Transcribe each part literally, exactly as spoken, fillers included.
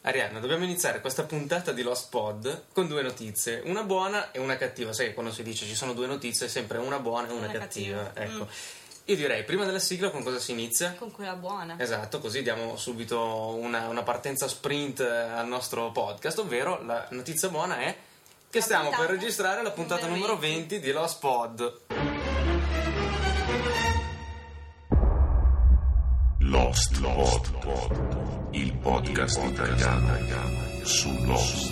Arianna, dobbiamo iniziare questa puntata di Lost Pod con due notizie, una buona e una cattiva. Sai che quando si dice ci sono due notizie è sempre una buona e una, una cattiva, cattiva. Ecco. Mm. Io direi, prima della sigla, con cosa si inizia? Con quella buona. Esatto, così diamo subito una, una partenza sprint al nostro podcast, ovvero la notizia buona è che la stiamo puntata. per registrare la puntata numero venti, venti di Lost Pod. Lost Pod, Pod, il podcast italiano su Lost.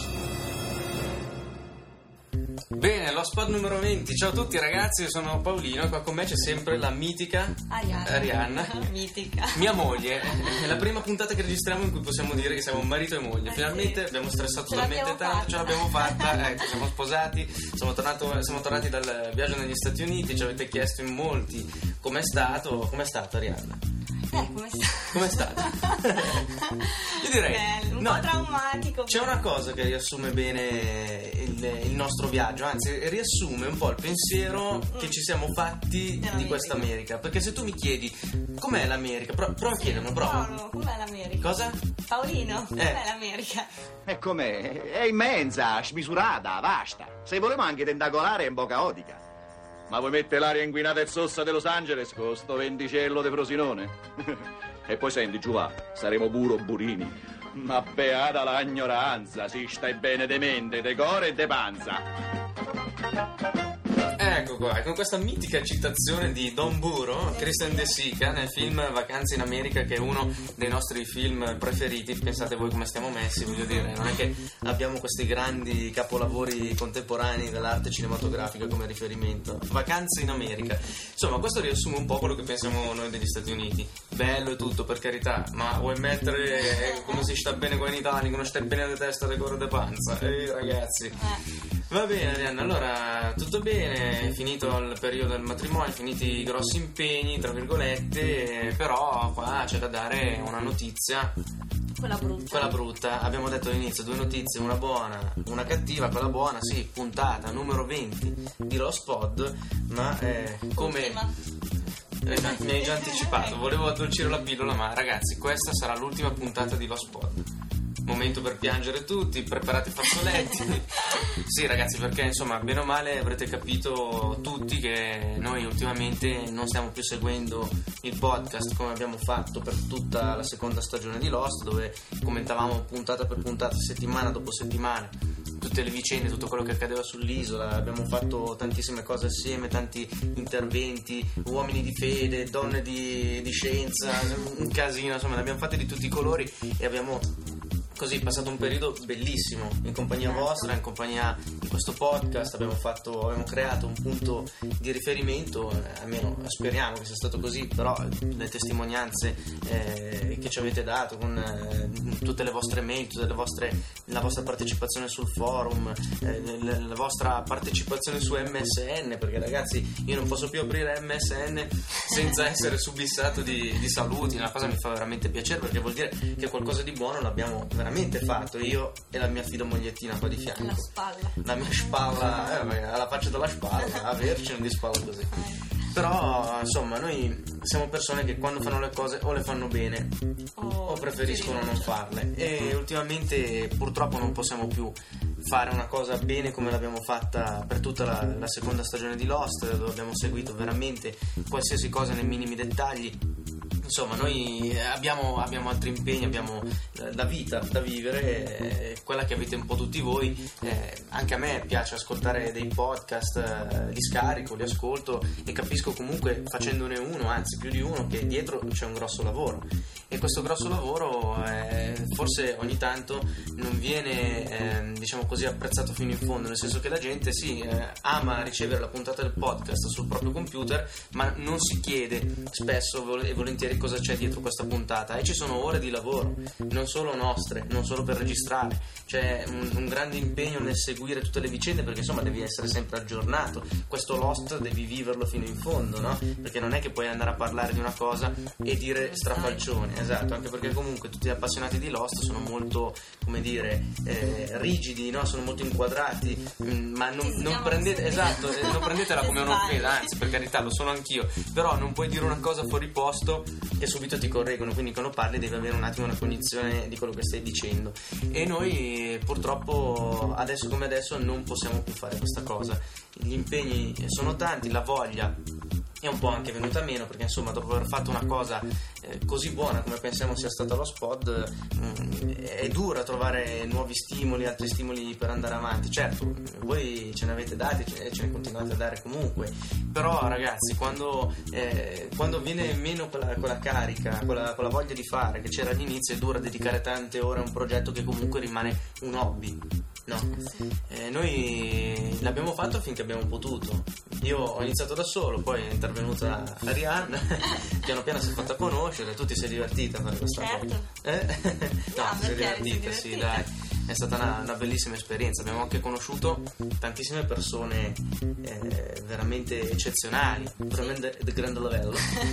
Bene, Lost Pod numero venti. Ciao a tutti ragazzi, io sono Paolino e qua con me c'è sempre la mitica Arianna. Arianna. Mitica. Mia moglie. È la prima puntata che registriamo in cui possiamo dire che siamo marito e moglie. Finalmente sì. abbiamo stressato ce talmente tanto, fatta. ce l'abbiamo fatta. Ecco, siamo sposati, siamo, tornato, siamo tornati dal viaggio negli Stati Uniti. Ci avete chiesto in molti com'è stato. Com'è stato, Arianna? Eh, com'è stato? Com'è stato? Io direi Bello, un no, po' traumatico. C'è una cosa che riassume bene il, il nostro viaggio, anzi riassume un po' il pensiero mm. che ci siamo fatti Della di questa America. Perché se tu mi chiedi com'è l'America, pro- prova a chiederlo, prova. Paolo, com'è l'America? Cosa? Paolino, eh. com'è l'America? E com'è? È immensa, smisurata, vasta. Se volevo anche tentacolare e un po' caotica. Ma vuoi mettere l'aria inquinata e sossa di Los Angeles con sto vendicello de Frosinone? E poi senti, giù va, saremo puro burini. Ma beata la ignoranza, si stai bene de mente, de core e de panza. Ecco qua, con questa mitica citazione di Don Burro, Christian De Sica, nel film Vacanze in America, che è uno dei nostri film preferiti. Pensate voi come stiamo messi, voglio dire, non è che abbiamo questi grandi capolavori contemporanei dell'arte cinematografica come riferimento. Vacanze in America. Insomma, questo riassume un po' quello che pensiamo noi degli Stati Uniti. Bello e tutto, per carità, ma vuoi mettere come si sta bene qua in Italia, come stai bene di testa e cuore di panza? Eh, ragazzi. Eh. Va bene, Arianna, allora tutto bene, è finito il periodo del matrimonio, finiti i grossi impegni, tra virgolette, però qua c'è da dare una notizia. Quella brutta. Quella brutta, abbiamo detto all'inizio due notizie, una buona, una cattiva. Quella buona, sì, puntata numero venti di Lost Pod, ma eh, come... Eh, mi hai già anticipato, volevo addolcire la pillola, ma ragazzi, questa sarà l'ultima puntata di Lost Pod. Momento per piangere tutti, preparate i fazzoletti. Sì ragazzi, perché insomma bene o male avrete capito tutti che noi ultimamente non stiamo più seguendo il podcast come abbiamo fatto per tutta la seconda stagione di Lost, dove commentavamo puntata per puntata, settimana dopo settimana, tutte le vicende, tutto quello che accadeva sull'isola. Abbiamo fatto tantissime cose assieme, tanti interventi, uomini di fede, donne di, di scienza, un casino, insomma ne abbiamo fatti di tutti i colori e abbiamo così passato un periodo bellissimo in compagnia vostra, in compagnia di questo podcast. Abbiamo fatto, abbiamo creato un punto di riferimento, eh, almeno speriamo che sia stato così, però le testimonianze eh, che ci avete dato con eh, tutte le vostre mail, tutte le vostre, la vostra partecipazione sul forum, eh, la, la vostra partecipazione su M S N, perché ragazzi io non posso più aprire M S N senza essere subissato di, di saluti. Una cosa mi fa veramente piacere, perché vuol dire che qualcosa di buono l'abbiamo veramente fatto, io e la mia fidomogliettina qua di fianco. La spalla. La mia spalla, eh, alla faccia della spalla, averci non di spalla così. Però insomma noi siamo persone che quando fanno le cose o le fanno bene oh, o preferiscono non farle, e ultimamente purtroppo non possiamo più fare una cosa bene come l'abbiamo fatta per tutta la, la seconda stagione di Lost, dove abbiamo seguito veramente qualsiasi cosa nei minimi dettagli. Insomma noi abbiamo, abbiamo altri impegni, abbiamo la vita da vivere, eh, quella che avete un po' tutti voi. Eh, anche a me piace ascoltare dei podcast, eh, li scarico, li ascolto e capisco comunque facendone uno, anzi più di uno, che dietro c'è un grosso lavoro, e questo grosso lavoro eh, forse ogni tanto non viene eh, diciamo così apprezzato fino in fondo, nel senso che la gente sì eh, ama ricevere la puntata del podcast sul proprio computer, ma non si chiede spesso e volentieri cosa c'è dietro questa puntata, e ci sono ore di lavoro, non solo nostre, non solo per registrare, c'è un, un grande impegno nel seguire tutte le vicende, perché insomma devi essere sempre aggiornato. Questo Lost devi viverlo fino in fondo, no? Perché non è che puoi andare a parlare di una cosa e dire strafalcione, esatto, anche perché comunque tutti gli appassionati di Lost Lost sono molto, come dire, eh, rigidi, no? Sono molto inquadrati, mh, ma non, non prendete, esatto, eh, non prendetela come un'offesa, anzi, per carità, lo sono anch'io, però non puoi dire una cosa fuori posto e subito ti correggono, quindi quando parli devi avere un attimo una cognizione di quello che stai dicendo, e noi purtroppo adesso come adesso non possiamo più fare questa cosa. Gli impegni sono tanti, la voglia è un po' anche venuta meno, perché insomma dopo aver fatto una cosa eh, così buona come pensiamo sia stata lo Spod, mh, è dura trovare nuovi stimoli, altri stimoli per andare avanti. Certo, voi ce ne avete dati e ce ne continuate a dare comunque, però ragazzi, quando, eh, quando viene meno quella, quella carica, quella, quella voglia di fare che c'era all'inizio, è dura dedicare tante ore a un progetto che comunque rimane un hobby. No, eh, noi l'abbiamo fatto finché abbiamo potuto. Io ho iniziato da solo, poi è intervenuta Arianna, piano piano si è fatta conoscere, tu ti sei divertita a fare questa certo. cosa? Eh? No, No, ti sei perché divertita, sei sì, divertita. dai. È stata una, una bellissima esperienza, abbiamo anche conosciuto tantissime persone eh, veramente eccezionali, veramente di grande livello.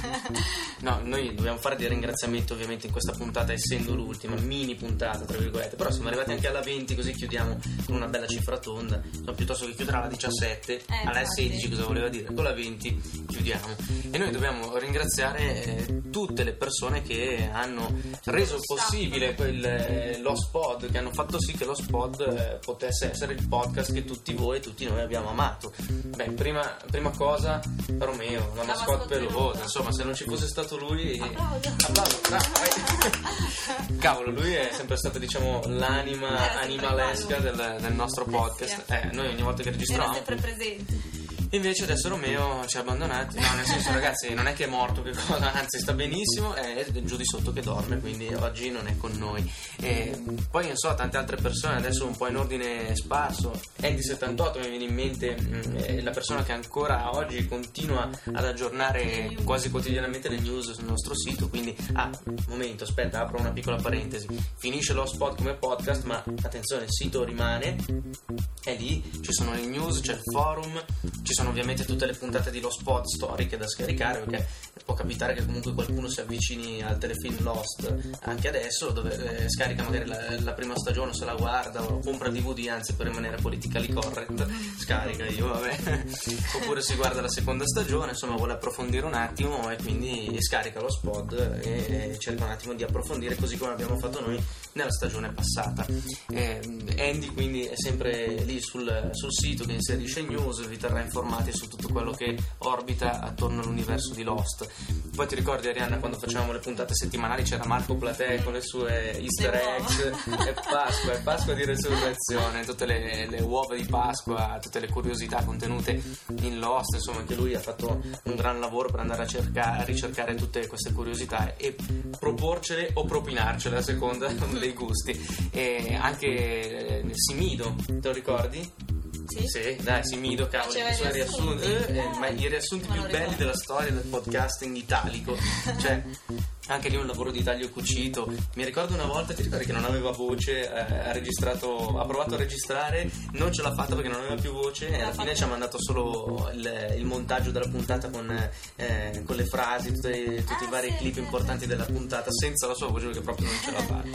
No, noi dobbiamo fare dei ringraziamenti ovviamente in questa puntata, essendo l'ultima mini puntata tra virgolette, però siamo arrivati anche alla venti, così chiudiamo con una bella cifra tonda, no, piuttosto che chiudere alla diciassette, eh, alla infatti. sedici cosa voleva dire, con la venti chiudiamo, e noi dobbiamo ringraziare eh, tutte le persone che hanno reso possibile quel, eh, lo Spod, che hanno fatto sì che lo Spod eh, potesse essere il podcast che tutti voi e tutti noi abbiamo amato. Beh, prima, prima cosa Romeo, la mascotte pelosa, insomma, se non ci fosse stato lui, Applauso. applauso, ah, vai. Cavolo, lui è sempre stato, diciamo, l'anima Era sempre animalesca bello. del, del nostro podcast. Eh, noi ogni volta che Era registravamo, sempre presente. invece adesso Romeo ci ha abbandonati. No, nel senso, ragazzi, non è che è morto, che cosa, anzi sta benissimo, è giù di sotto che dorme, quindi oggi non è con noi. E poi non so, tante altre persone adesso un po' in ordine sparso. Andy settantotto mi viene in mente, mh, è la persona che ancora oggi continua ad aggiornare quasi quotidianamente le news sul nostro sito, quindi ah, momento, aspetta, apro una piccola parentesi, finisce lo Spot come podcast, ma attenzione, il sito rimane, è lì, ci sono le news, c'è il forum, ci sono ovviamente tutte le puntate di Lo Spot storiche da scaricare, perché può capitare che comunque qualcuno si avvicini al telefilm Lost anche adesso, dove eh, scarica magari la, la prima stagione, se la guarda o compra il D V D, anzi per rimanere politically correct scarica, io vabbè oppure si guarda la seconda stagione, insomma vuole approfondire un attimo e quindi scarica lo Spot e cerca un attimo di approfondire, così come abbiamo fatto noi nella stagione passata. eh, Andy quindi è sempre lì sul, sul sito che inserisce news, vi terrà informati su tutto quello che orbita attorno all'universo di Lost. Poi ti ricordi, Arianna, quando facevamo le puntate settimanali c'era Marco Platè con le sue easter eggs, è Pasqua, è Pasqua di Resurrezione, tutte le, le uova di Pasqua, tutte le curiosità contenute in Lost, insomma anche lui ha fatto un gran lavoro per andare a, cercare, a ricercare tutte queste curiosità e proporcele o propinarcele a seconda dei gusti. E anche Simido, te lo ricordi? Sì? Sì, dai, Simido, cavolo, Faceva i suoi i riassunti. riassunti, eh, eh, ma i riassunti Me lo più belli ricordo. della storia del podcasting italico, cioè anche lì un lavoro di taglio cucito. Mi ricordo una volta, ti ricordi che non aveva voce, eh, ha registrato, ha provato a registrare, non ce l'ha fatta perché non aveva più voce e alla fine ci ha mandato solo il, il montaggio della puntata con, eh, con le frasi, tutte, tutti Ah, i vari sì. clip importanti della puntata senza la sua voce, perché proprio non ce l'ha fatta.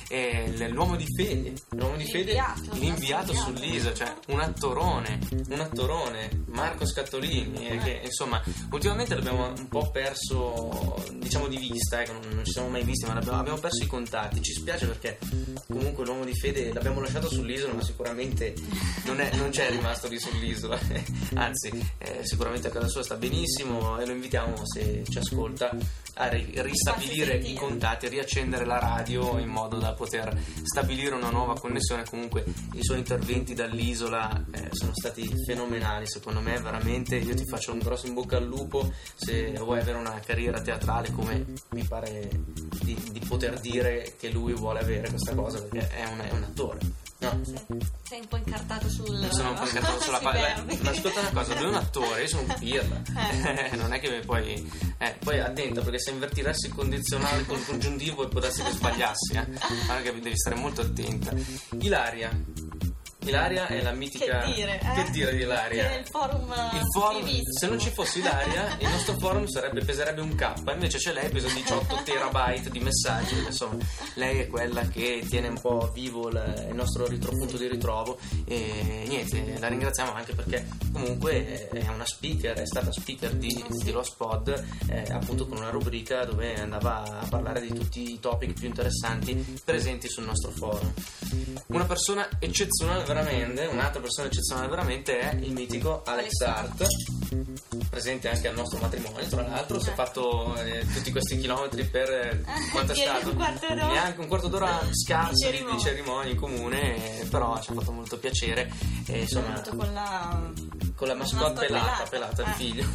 E l- l'uomo di fede, l'uomo di fede, L'inviato, l'inviato il nostro sull'isola, cioè un attorone, un attorone, Marco Scattolini, eh, che insomma ultimamente l'abbiamo un po' perso, diciamo, di vista, ecco, non, non ci siamo mai visti, ma l'abbiamo, abbiamo perso i contatti. Ci spiace perché comunque l'uomo di fede l'abbiamo lasciato sull'isola, ma sicuramente non, è, non c'è rimasto lì sull'isola, anzi eh, sicuramente a casa sua sta benissimo e lo invitiamo, se ci ascolta, a ri- ristabilire i contatti, a riaccendere la radio in modo da poter stabilire una nuova connessione. Comunque i suoi interventi dall'isola eh, sono stati fenomenali, secondo me, veramente. Io ti faccio un grosso in bocca al lupo se vuoi avere una carriera teatrale, come mi pare di, di poter dire che lui vuole avere questa cosa, perché è un, è un attore, no? Sei un po' incartato sul... Sono un po' incartato sulla sui palla. verbi. Ma ascolta una cosa, lui è un attore, io sono un pirla. Eh. Non è che poi. Eh, poi attenta, perché se invertirassi il condizionale col congiuntivo può darsi che sbagliassi, eh. Allora che devi stare molto attenta. Ilaria, Ilaria è la mitica... Che dire, eh? Che dire di Ilaria? Che il forum, il forum attivista. Se non ci fosse Ilaria, il nostro forum sarebbe, peserebbe un K, invece c'è lei, pesa diciotto terabyte di messaggi. Insomma, lei è quella che tiene un po' vivo il, il nostro ritro, punto di ritrovo. E niente, la ringraziamo anche perché comunque è una speaker, è stata speaker di, di Lost Pod, eh, appunto con una rubrica dove andava a parlare di tutti i topic più interessanti presenti sul nostro forum. Una persona eccezionale veramente, un'altra persona eccezionale veramente è il mitico Alex Hart, presente anche al nostro matrimonio, tra l'altro. Si è fatto eh, tutti questi chilometri per eh, quanto è stato? Un quarto d'ora. Neanche un quarto d'ora scarso di, di di cerimonia in comune, eh, però ci ha fatto molto piacere. E, insomma, con la con la mascotte pelata, pelata il eh. figlio.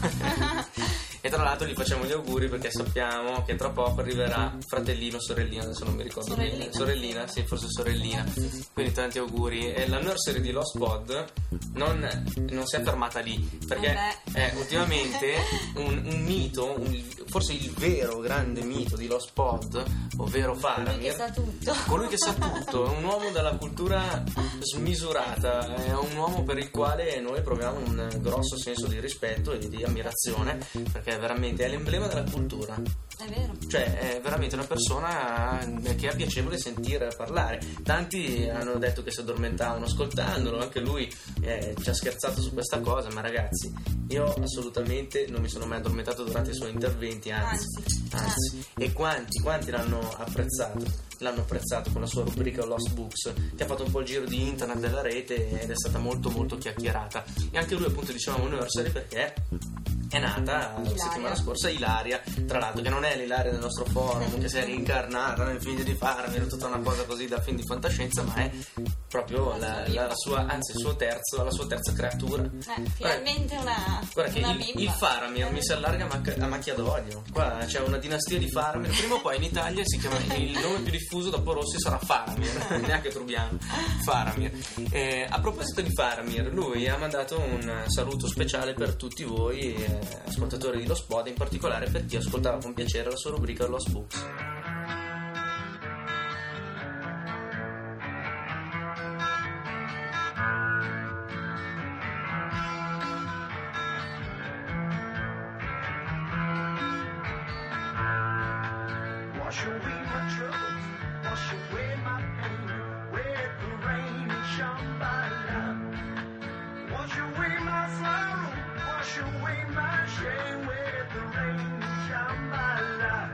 E tra l'altro gli facciamo gli auguri perché sappiamo che tra poco arriverà fratellino, sorellina, adesso non mi ricordo sorellina. bene. Sorellina, sì, forse sorellina. Quindi tanti auguri. E la nursery di Lost Pod non, non si è fermata lì, perché eh è ultimamente un, un mito, un, forse il vero grande mito di Lost Pod, ovvero Faramir. Colui che sa tutto. Colui che sa tutto, è un uomo dalla cultura smisurata, è un uomo per il quale noi proviamo un grosso senso di rispetto e di ammirazione, perché è veramente è l'emblema della cultura. È vero. Cioè è veramente una persona che è piacevole sentire parlare. Tanti hanno detto che si addormentavano ascoltandolo, anche lui eh, ci ha scherzato su questa cosa, ma ragazzi, io assolutamente non mi sono mai addormentato durante i suoi interventi, anzi, Anzi, anzi. E quanti, quanti l'hanno apprezzato? L'hanno apprezzato con la sua rubrica Lost Books, che ha fatto un po' il giro di internet, della rete, ed è stata molto molto chiacchierata. E anche lui, appunto, dicevamo nursery perché è nata la settimana scorsa Ilaria, tra l'altro, che non è l'Ilaria del nostro forum, che si è reincarnata nel figlio di Faramir, tutta una cosa così da film di fantascienza, ma è proprio la, la, la sua, anzi il suo terzo, la sua terza creatura. Eh, finalmente una Guarda che una il, bimba. il Faramir mi si allarga a, mac- a macchia d'olio. Qua c'è una dinastia di Faramir. Prima o poi in Italia si chiama, il nome più diffuso dopo Rossi sarà Faramir, neanche Trubiano. Faramir. Eh, a proposito di Faramir, lui ha mandato un saluto speciale per tutti voi eh, ascoltatori di Lost Pod, in particolare per chi ascoltava con piacere la sua rubrica Lost Books. Wash away my troubles, wash away my pain, with the rain and Shambhala. Wash away my sorrow, wash away my shame, with the rain and Shambhala.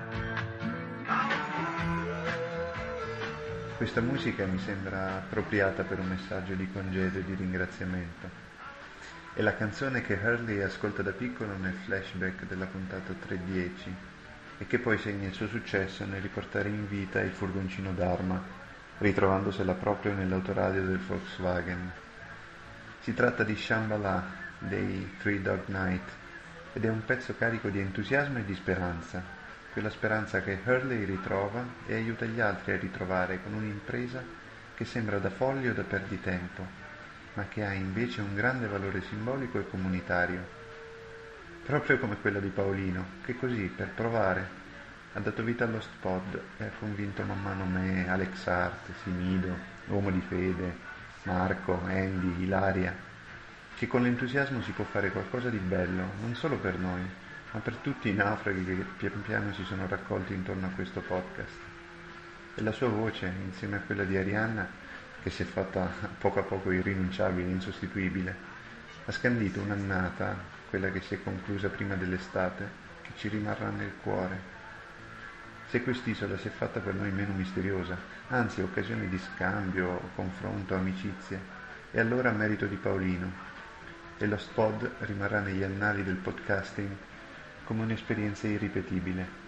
Questa musica mi sembra appropriata per un messaggio di congedo e di ringraziamento. È la canzone che Hurley ascolta da piccolo nel flashback della puntata tre dieci e che poi segna il suo successo nel riportare in vita il furgoncino d'Arma, ritrovandosela proprio nell'autoradio del Volkswagen. Si tratta di Shambhala dei Three Dog Night ed è un pezzo carico di entusiasmo e di speranza, quella speranza che Hurley ritrova e aiuta gli altri a ritrovare con un'impresa che sembra da folli o da perditempo, ma che ha invece un grande valore simbolico e comunitario. Proprio come quella di Paolino, che così, per provare, ha dato vita allo Lost Pod e ha convinto man mano me, Alex Hart, Simido, Uomo di Fede, Marco, Andy, Ilaria, che con l'entusiasmo si può fare qualcosa di bello, non solo per noi, ma per tutti i naufraghi che pian piano si sono raccolti intorno a questo podcast. E la sua voce, insieme a quella di Arianna, che si è fatta poco a poco irrinunciabile, insostituibile, ha scandito un'annata, quella che si è conclusa prima dell'estate, che ci rimarrà nel cuore. Se quest'isola si è fatta per noi meno misteriosa, anzi occasione di scambio, confronto, amicizia, è allora merito di Paolino, e Lost Pod rimarrà negli annali del podcasting come un'esperienza irripetibile.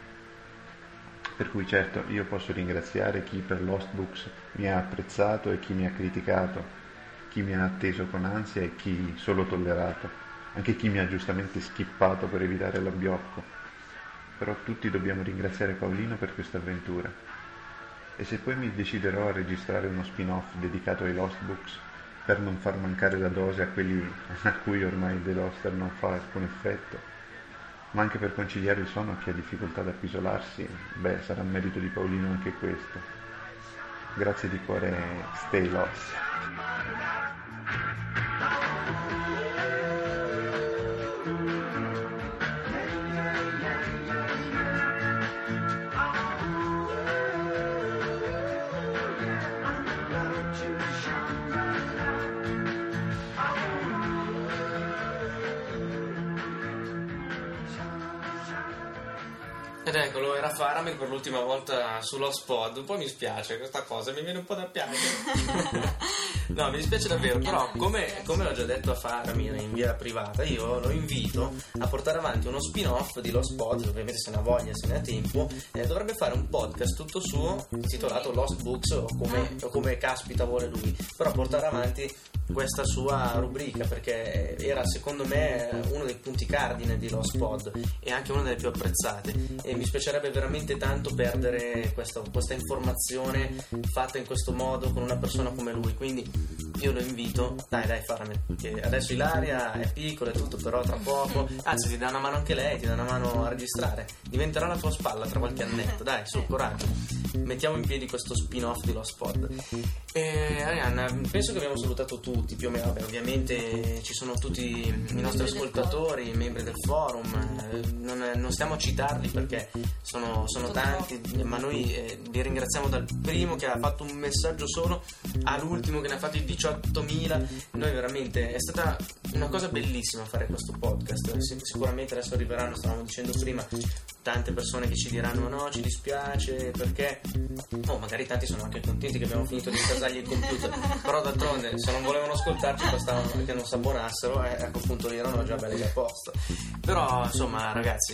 Per cui certo io posso ringraziare chi per Lost Books mi ha apprezzato e chi mi ha criticato, chi mi ha atteso con ansia e chi solo tollerato, anche chi mi ha giustamente schippato per evitare l'abbiocco. Però tutti dobbiamo ringraziare Paolino per questa avventura. E se poi mi deciderò a registrare uno spin-off dedicato ai Lost Books, per non far mancare la dose a quelli a cui ormai The Loster non fa alcun effetto, ma anche per conciliare il sonno a chi ha difficoltà ad appisolarsi, beh, sarà merito di Paolino anche questo. Grazie di cuore, stay lost. Ed eccolo, era Faramir per l'ultima volta sullo Spod. Un po' mi spiace questa cosa, mi viene un po' da piangere. No, mi dispiace davvero, però come, come l'ho già detto a Faramir in via privata, io lo invito a portare avanti uno spin-off di Lost Pod, ovviamente se ne ha voglia, se ne ha tempo, eh, dovrebbe fare un podcast tutto suo intitolato Lost Books o come, o come caspita vuole lui, però portare avanti questa sua rubrica, perché era secondo me uno dei punti cardine di Lost Pod e anche una delle più apprezzate, e mi spiacerebbe veramente tanto perdere questa, questa informazione fatta in questo modo con una persona come lui, quindi io lo invito, dai dai Faramir, che adesso Ilaria è piccola e tutto, però tra poco, anzi ti dà una mano anche lei, ti dà una mano a registrare, diventerà la tua spalla tra qualche annetto, dai su, coraggio, mettiamo in piedi questo spin-off di Lost Pod. E Arianna, penso che abbiamo salutato tutti più o meno. Vabbè, ovviamente ci sono tutti i nostri ascoltatori, i membri del forum, non, non stiamo a citarli perché sono, sono tanti, ma noi eh, vi ringraziamo dal primo che ha fatto un messaggio solo all'ultimo che ne ha fatti diciottomila. Noi veramente è stata una cosa bellissima fare questo podcast. Sicuramente adesso arriveranno, stavamo dicendo prima, tante persone che ci diranno no, ci dispiace perché oh, magari tanti sono anche contenti che abbiamo finito di casargli il computer, però d'altronde se non volevano ascoltarci bastavano che non si abbonassero e ecco appunto erano già belli a posto. Però insomma ragazzi,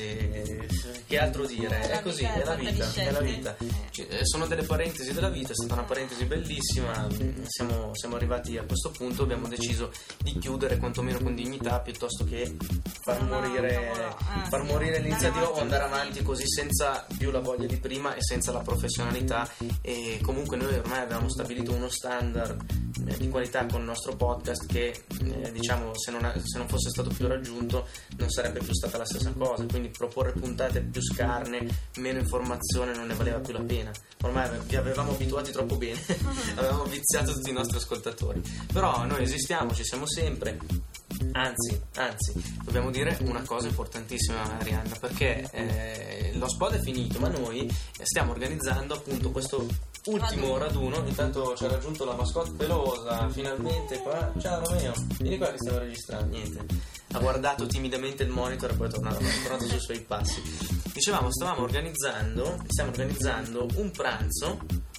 che altro dire, è così, è la vita, è la vita. Sono delle parentesi della vita, è stata una parentesi bellissima, siamo, siamo arrivati a questo punto, abbiamo deciso di chiudere quantomeno con dignità piuttosto che far morire, far morire l'iniziativa o andare avanti così senza più la voglia di prima e senza la professionalità. E comunque noi ormai avevamo stabilito uno standard eh, di qualità con il nostro podcast che eh, diciamo se non, se non fosse stato più raggiunto non sarebbe più stata la stessa cosa, quindi proporre puntate più scarne, meno informazione non ne valeva più la pena, ormai vi avevamo abituati troppo bene. Avevamo viziato tutti i nostri ascoltatori, però noi esistiamo, ci siamo sempre. Anzi, anzi, dobbiamo dire una cosa importantissima, Arianna, perché eh, lo spot è finito, ma noi stiamo organizzando appunto questo ultimo raduno. Intanto ci ha raggiunto la mascotte pelosa, finalmente qua. Ciao Romeo, vieni qua che stiamo registrando. Niente, ha guardato timidamente il monitor e poi è tornato, è tornato sui suoi passi. Dicevamo, stavamo organizzando, stiamo organizzando un pranzo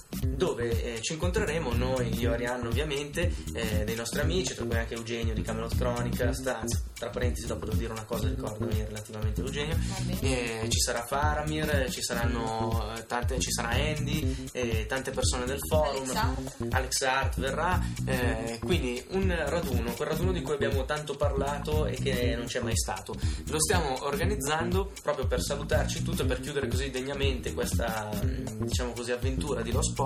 dove eh, ci incontreremo noi, io e Arianna ovviamente, eh, dei nostri amici, tra cui anche Eugenio di Camelot Chronicast, anzi tra parentesi dopo devo dire una cosa, ricordami relativamente a Eugenio, eh, ci sarà Faramir, ci saranno eh, tante, ci sarà Andy, eh, tante persone del forum, Alex, Alex Hart verrà, eh, quindi un raduno, quel raduno di cui abbiamo tanto parlato e che non c'è mai stato, lo stiamo organizzando proprio per salutarci tutto e per chiudere così degnamente questa, diciamo così, avventura di Lost Pod.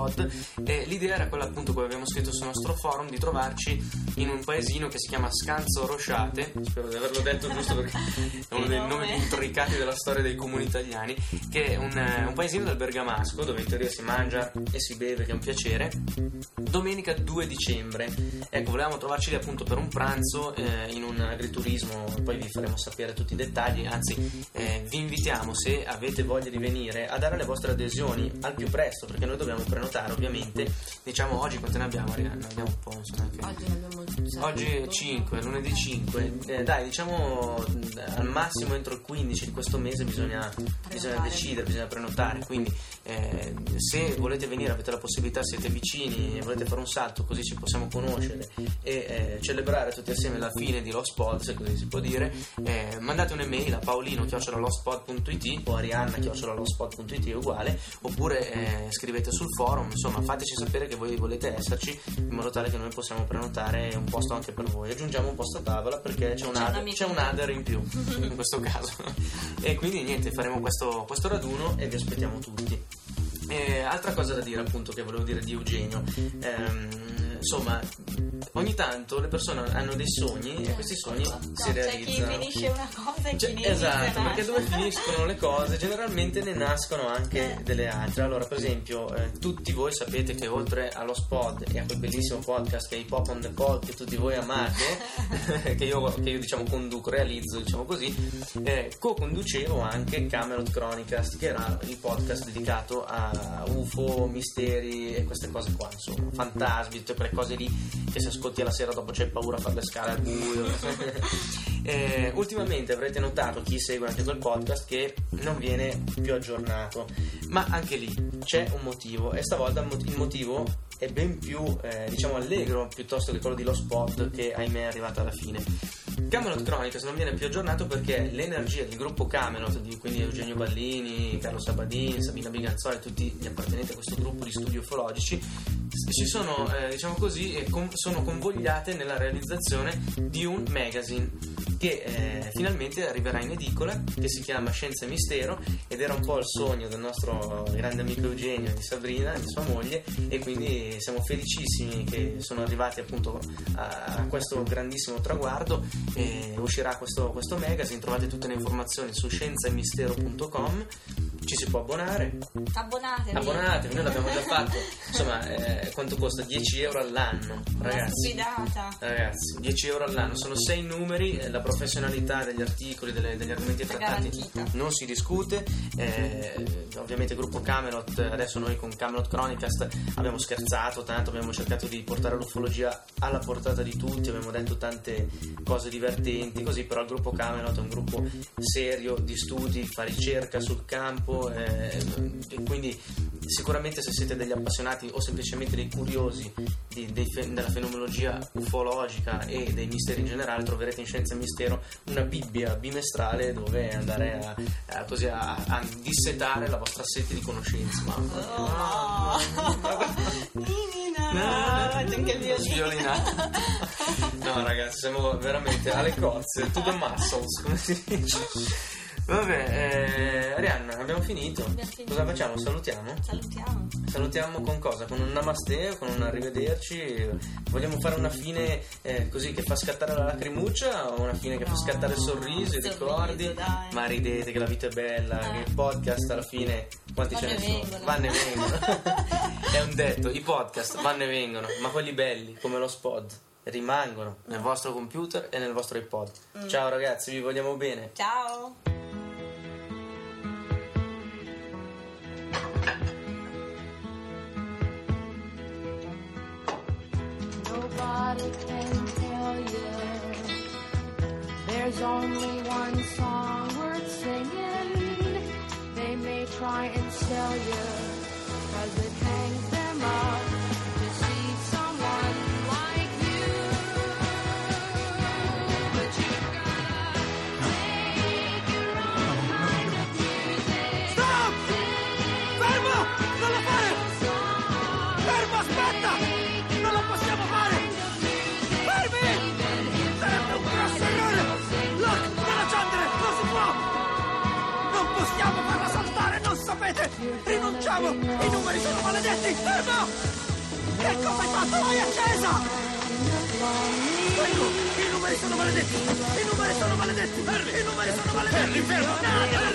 E l'idea era quella appunto, come abbiamo scritto sul nostro forum, di trovarci in un paesino che si chiama Scanzo Rosciate, spero di averlo detto giusto perché è uno dei nomi più intricati della storia dei comuni italiani, che è un, un paesino del Bergamasco dove in teoria si mangia e si beve, che è un piacere. Domenica due dicembre, ecco, volevamo trovarci lì appunto per un pranzo eh, in un agriturismo, poi vi faremo sapere tutti i dettagli, anzi eh, vi invitiamo, se avete voglia di venire, a dare le vostre adesioni al più presto, perché noi dobbiamo prenotare ovviamente. Diciamo oggi quante ne abbiamo, Arianna? Abbiamo un po', insomma, anche... Oggi ne abbiamo tutto. Oggi è cinque, lunedì cinque, eh, dai, diciamo al massimo entro il quindici di questo mese bisogna, bisogna decidere, bisogna prenotare, quindi eh, se volete venire, avete la possibilità, siete vicini e volete fare un salto così ci possiamo conoscere e eh, celebrare tutti assieme la fine di Lost Pod, se così si può dire, eh, mandate un'email a paolino chiocciola lostpod punto it o arianna chiocciola lostpod punto it, è uguale, oppure eh, scrivete sul forum, insomma fateci sapere che voi volete esserci in modo tale che noi possiamo prenotare un posto anche per voi. Aggiungiamo un posto a tavola perché c'è un, c'è ad, c'è un adder in più in questo caso e quindi niente, faremo questo, questo raduno e vi aspettiamo tutti. E altra cosa da dire appunto che volevo dire di Eugenio, ehm, insomma ogni tanto le persone hanno dei sogni e questi sogni no, si c'è realizzano. chi finisce una cosa e chi Cioè, ne esatto, inizia perché dove finiscono le cose generalmente ne nascono anche delle altre. Allora per esempio eh, tutti voi sapete che oltre allo Spod e a quel bellissimo podcast che è Hip Hop on the Call, che tutti voi amate, che, io, che io diciamo conduco, realizzo, diciamo così, eh, co-conducevo anche Camelot Chronicast, che era il podcast dedicato a U F O, misteri e queste cose qua, insomma, fantasmi, tutte quelle cose lì che se ascolti alla sera dopo c'hai paura a fare le scale al buio. eh, ultimamente avrete notato, chi segue anche quel podcast, che non viene più aggiornato, ma anche lì c'è un motivo, e stavolta il motivo è ben più eh, diciamo allegro piuttosto che quello di Lost Pod, che ahimè è arrivato alla fine. Camelot Chronicles non viene più aggiornato perché l'energia del gruppo Camelot, di, quindi Eugenio Ballini, Carlo Sabadini, Sabina Biganzoli, tutti gli appartenenti a questo gruppo di studi ufologici, si sono eh, diciamo così eh, com- sono convogliate nella realizzazione di un magazine che eh, finalmente arriverà in edicola, che si chiama Scienza e Mistero, ed era un po' il sogno del nostro grande amico Eugenio, di Sabrina, di sua moglie, e quindi siamo felicissimi che sono arrivati appunto a, a questo grandissimo traguardo. E uscirà questo, questo magazine, trovate tutte le informazioni su scienza e mistero punto com, ci si può abbonare. Abbonatevi. Abbonatevi, noi l'abbiamo già fatto. Insomma, eh, quanto costa? dieci euro all'anno, ragazzi. Sfidata. Ragazzi, dieci euro all'anno, sono sei numeri, eh, la professionalità degli articoli, delle, degli argomenti trattati garantita. Non si discute. Eh, ovviamente gruppo Camelot, adesso noi con Camelot Chronicast abbiamo scherzato tanto, abbiamo cercato di portare l'ufologia alla portata di tutti, abbiamo detto tante cose divertenti, così, però il gruppo Camelot è un gruppo serio di studi, fa ricerca sul campo, eh, e quindi sicuramente se siete degli appassionati o semplicemente dei curiosi di, dei, della fenomenologia ufologica e dei misteri in generale, troverete in Scienza e Mistero una bibbia bimestrale dove andare a, a, così a, a dissetare la vostra sete di conoscenza. Mamma mia, anche il violino. No ragazzi, siamo veramente alle cozze, to the muscles, come si dice. Vabbè, eh, Arianna, abbiamo finito. Abbiamo finito. Cosa facciamo? Salutiamo? Salutiamo. Salutiamo con cosa? Con un namaste, con un arrivederci? Vogliamo fare una fine eh, così che fa scattare la lacrimuccia, o una fine che No, fa scattare il sorriso, i sorriso, ricordi? dai. Ma ridete che la vita è bella, Eh. che il podcast alla fine quanti Vanno ce ne e sono? vengono. Vanno e vengono. È un detto, i podcast vanno e vengono, ma quelli belli come lo Spod rimangono nel vostro computer e nel vostro iPod. Mm. Ciao ragazzi, vi vogliamo bene. Ciao. Nobody can tell you there's only one song worth singing. They may try and sell you, cause it hangs them up to see someone like you. But you gotta make your own kind of music. Stop! Fermo! Non lo fare! Fermo, aspetta! Non lo possiamo fare! Fermi! Sarebbe un grosso errore! Look, della Chandler, non si può! Non possiamo farla saltare, non sapete! Rinunciamo! I numeri sono maledetti! Fermo! Che cosa hai fatto? L'hai accesa! Prego, i numeri sono maledetti! I numeri sono maledetti! Fermi! I numeri sono maledetti! Fermi, fermo! No, no, no.